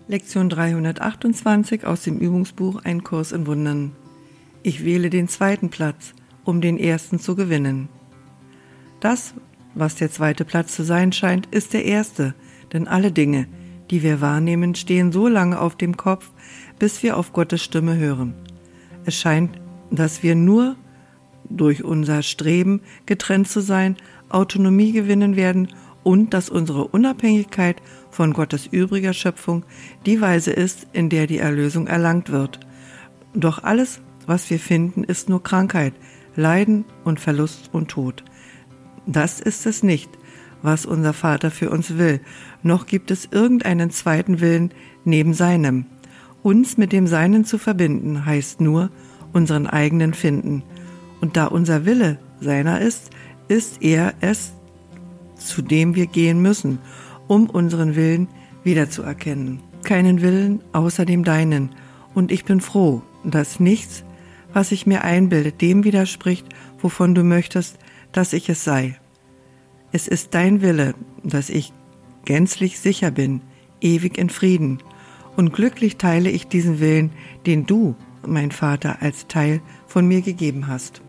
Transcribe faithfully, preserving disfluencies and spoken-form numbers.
Lektion dreihundertachtundzwanzig aus dem Übungsbuch Ein Kurs in Wundern. Ich wähle den zweiten Platz, um den ersten zu gewinnen. Das, was der zweite Platz zu sein scheint, ist der erste, denn alle Dinge, die wir wahrnehmen, stehen so lange auf dem Kopf, bis wir auf Gottes Stimme hören. Es scheint, dass wir nur durch unser Streben, getrennt zu sein, Autonomie gewinnen werden und dass unsere Unabhängigkeit von Gottes übriger Schöpfung die Weise ist, in der die Erlösung erlangt wird. Doch alles, was wir finden, ist nur Krankheit, Leiden und Verlust und Tod. Das ist es nicht, was unser Vater für uns will, noch gibt es irgendeinen zweiten Willen neben seinem. Uns mit dem Seinen zu verbinden, heißt nur unseren eigenen finden. Und da unser Wille seiner ist, ist er es, zu dem wir gehen müssen, um unseren Willen wiederzuerkennen. Keinen Willen außer dem Deinen. Und ich bin froh, dass nichts, was ich mir einbilde, dem widerspricht, wovon du möchtest, dass ich es sei. Es ist dein Wille, dass ich gänzlich sicher bin, ewig in Frieden. Und glücklich teile ich diesen Willen, den du, mein Vater, als Teil von mir gegeben hast.